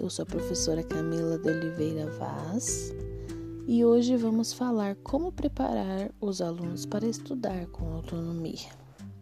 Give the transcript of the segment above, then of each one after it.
Eu sou a professora Camila de Oliveira Vaz e hoje vamos falar como preparar os alunos para estudar com autonomia.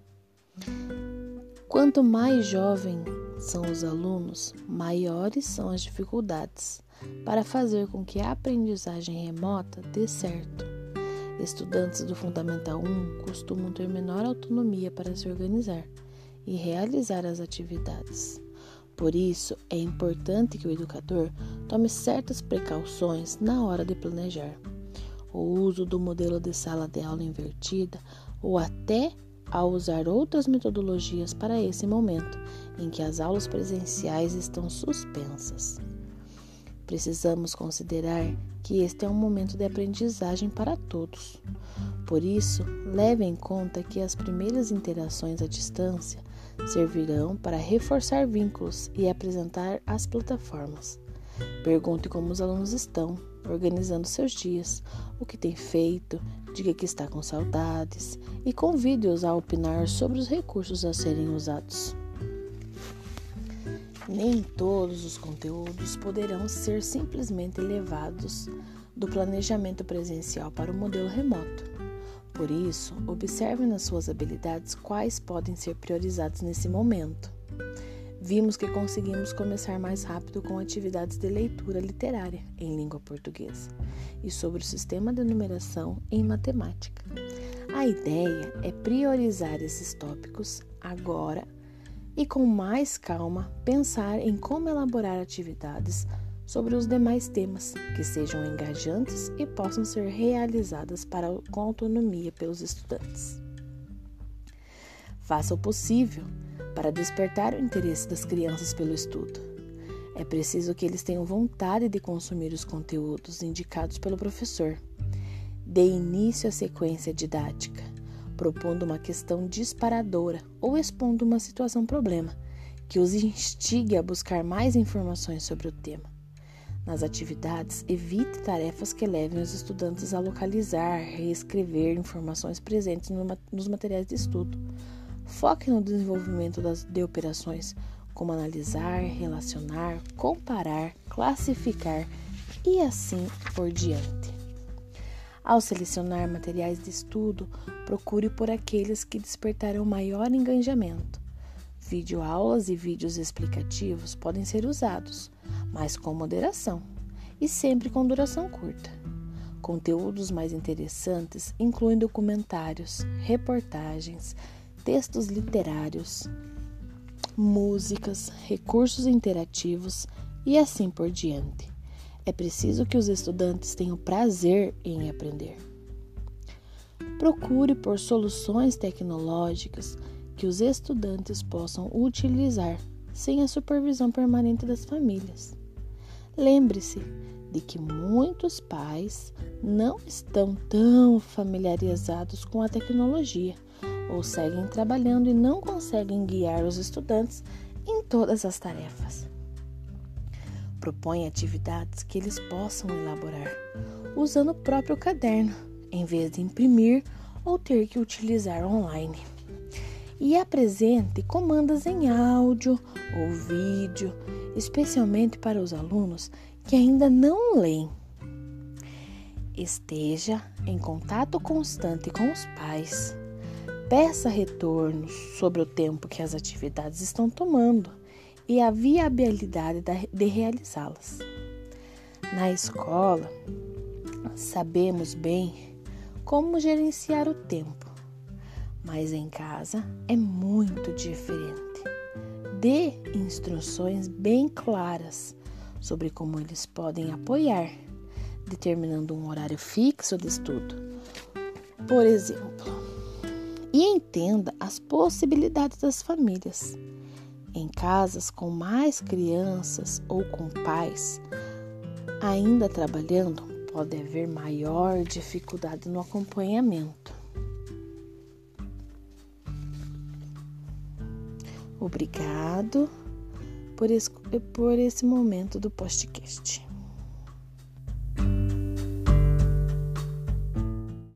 Quanto mais jovem são os alunos, maiores são as dificuldades para fazer com que a aprendizagem remota dê certo. Estudantes do Fundamental 1 costumam ter menor autonomia para se organizar e realizar as atividades. Por isso, é importante que o educador tome certas precauções na hora de planejar. O uso do modelo de sala de aula invertida ou até ao usar outras metodologias para esse momento em que as aulas presenciais estão suspensas. Precisamos considerar que este é um momento de aprendizagem para todos. Por isso, leve em conta que as primeiras interações à distância servirão para reforçar vínculos e apresentar as plataformas. Pergunte como os alunos estão, organizando seus dias, o que tem feito, diga que está com saudades e convide-os a opinar sobre os recursos a serem usados. Nem todos os conteúdos poderão ser simplesmente levados do planejamento presencial para o modelo remoto. Por isso, observe nas suas habilidades quais podem ser priorizados nesse momento. Vimos que conseguimos começar mais rápido com atividades de leitura literária em língua portuguesa e sobre o sistema de numeração em matemática. A ideia é priorizar esses tópicos agora e com mais calma pensar em como elaborar atividades sobre os demais temas que sejam engajantes e possam ser realizadas com autonomia pelos estudantes. Faça o possível para despertar o interesse das crianças pelo estudo. É preciso que eles tenham vontade de consumir os conteúdos indicados pelo professor. Dê início à sequência didática, propondo uma questão disparadora ou expondo uma situação-problema que os instigue a buscar mais informações sobre o tema. Nas atividades, evite tarefas que levem os estudantes a localizar, reescrever informações presentes nos materiais de estudo. Foque no desenvolvimento de operações, como analisar, relacionar, comparar, classificar e assim por diante. Ao selecionar materiais de estudo, procure por aqueles que despertarão maior engajamento. Videoaulas e vídeos explicativos podem ser usados, mas com moderação e sempre com duração curta. Conteúdos mais interessantes incluem documentários, reportagens, textos literários, músicas, recursos interativos e assim por diante. É preciso que os estudantes tenham prazer em aprender. Procure por soluções tecnológicas que os estudantes possam utilizar sem a supervisão permanente das famílias. Lembre-se de que muitos pais não estão tão familiarizados com a tecnologia ou seguem trabalhando e não conseguem guiar os estudantes em todas as tarefas. Proponha atividades que eles possam elaborar usando o próprio caderno, em vez de imprimir ou ter que utilizar online. E apresente comandas em áudio ou vídeo, especialmente para os alunos que ainda não leem. Esteja em contato constante com os pais. Peça retornos sobre o tempo que as atividades estão tomando e a viabilidade de realizá-las. Na escola, sabemos bem como gerenciar o tempo. Mas em casa é muito diferente. Dê instruções bem claras sobre como eles podem apoiar, determinando um horário fixo de estudo, por exemplo. E entenda as possibilidades das famílias. Em casas com mais crianças ou com pais ainda trabalhando, pode haver maior dificuldade no acompanhamento. Obrigado por esse momento do podcast.